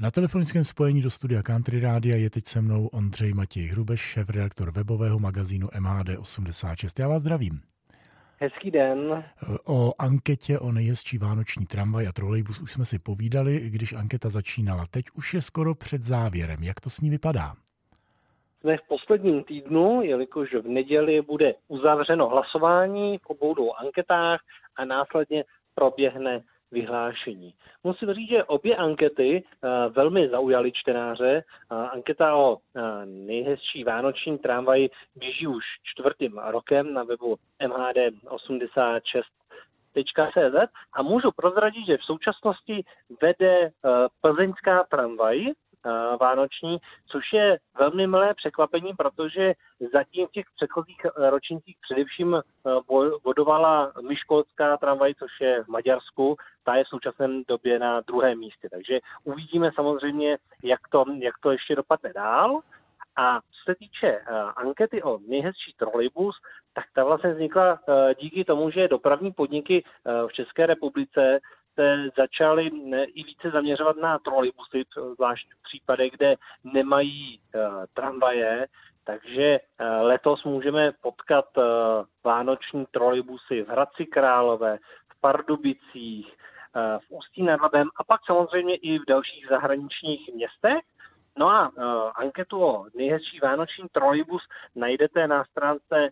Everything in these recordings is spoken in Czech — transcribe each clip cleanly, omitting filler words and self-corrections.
Na telefonickém spojení do studia Country Rádia je teď se mnou Ondřej Matěj Hrubeš, šéfredaktor webového magazínu MHD86. Já vás zdravím. Hezký den. O anketě o nejhezčí vánoční tramvaj a trolejbus už jsme si povídali, když anketa začínala. Teď už je skoro před závěrem. Jak to s ní vypadá? Jsme v posledním týdnu, jelikož v neděli bude uzavřeno hlasování v obou dvou anketách a následně proběhne vyhlášení. Musím říct, že obě ankety velmi zaujaly čtenáře. Anketa o nejhezčí vánoční tramvaj běží už 4. rokem na webu MHD86.cz a můžu prozradit, že v současnosti vede plzeňská tramvaj vánoční, což je velmi milé překvapení, protože zatím v těch předchozích ročnících především bodovala myškolská tramvaj, což je v Maďarsku, ta je v současné době na 2. místě. Takže uvidíme samozřejmě, jak to ještě dopadne dál. A co se týče ankety o nejhezčí trolejbus, tak ta vlastně vznikla díky tomu, že dopravní podniky v České republice se začaly i více zaměřovat na trolejbusy, zvlášť v případech, kde nemají tramvaje. Takže letos můžeme potkat vánoční trolejbusy v Hradci Králové, v Pardubicích, v Ústí nad Labem a pak samozřejmě i v dalších zahraničních městech. No a anketu o nejhezčí vánoční trolejbus najdete na stránce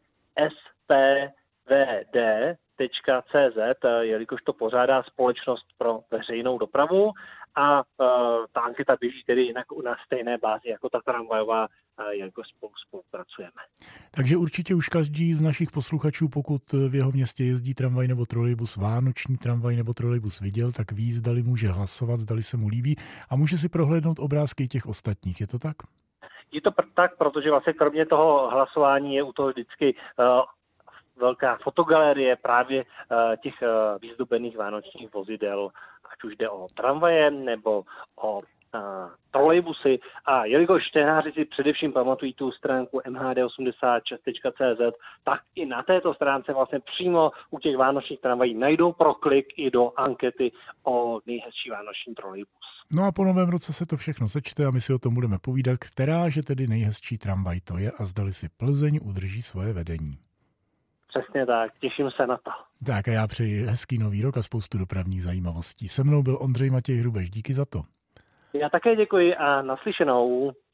spvd.cz, jelikož to pořádá Společnost pro veřejnou dopravu a ta anketa běží tedy jinak na stejné bázi jako ta tramvajová, jelikož spolupracujeme. Takže určitě už každý z našich posluchačů, pokud v jeho městě jezdí tramvaj nebo trolejbus, vánoční tramvaj nebo trolejbus viděl, tak ví, zdali může hlasovat, zdali se mu líbí a může si prohlédnout obrázky těch ostatních. Je to tak? Je to tak, protože vlastně kromě toho hlasování je u toho vždycky velká fotogalerie právě těch vyzdobených vánočních vozidel, ať už jde o tramvaje nebo o trolejbusy. A jelikož čtenáři si především pamatují tu stránku mhd86.cz, tak i na této stránce vlastně přímo u těch vánočních tramvají najdou proklik i do ankety o nejhezčí vánoční trolejbus. No a po novém roce se to všechno sečte a my si o tom budeme povídat, která že tedy nejhezčí tramvaj to je a zdali si Plzeň udrží svoje vedení. Přesně tak, těším se na to. Tak a já přeji hezký nový rok a spoustu dopravních zajímavostí. Se mnou byl Ondřej Matěj Hrubeš, díky za to. Já také děkuji a naslyšenou.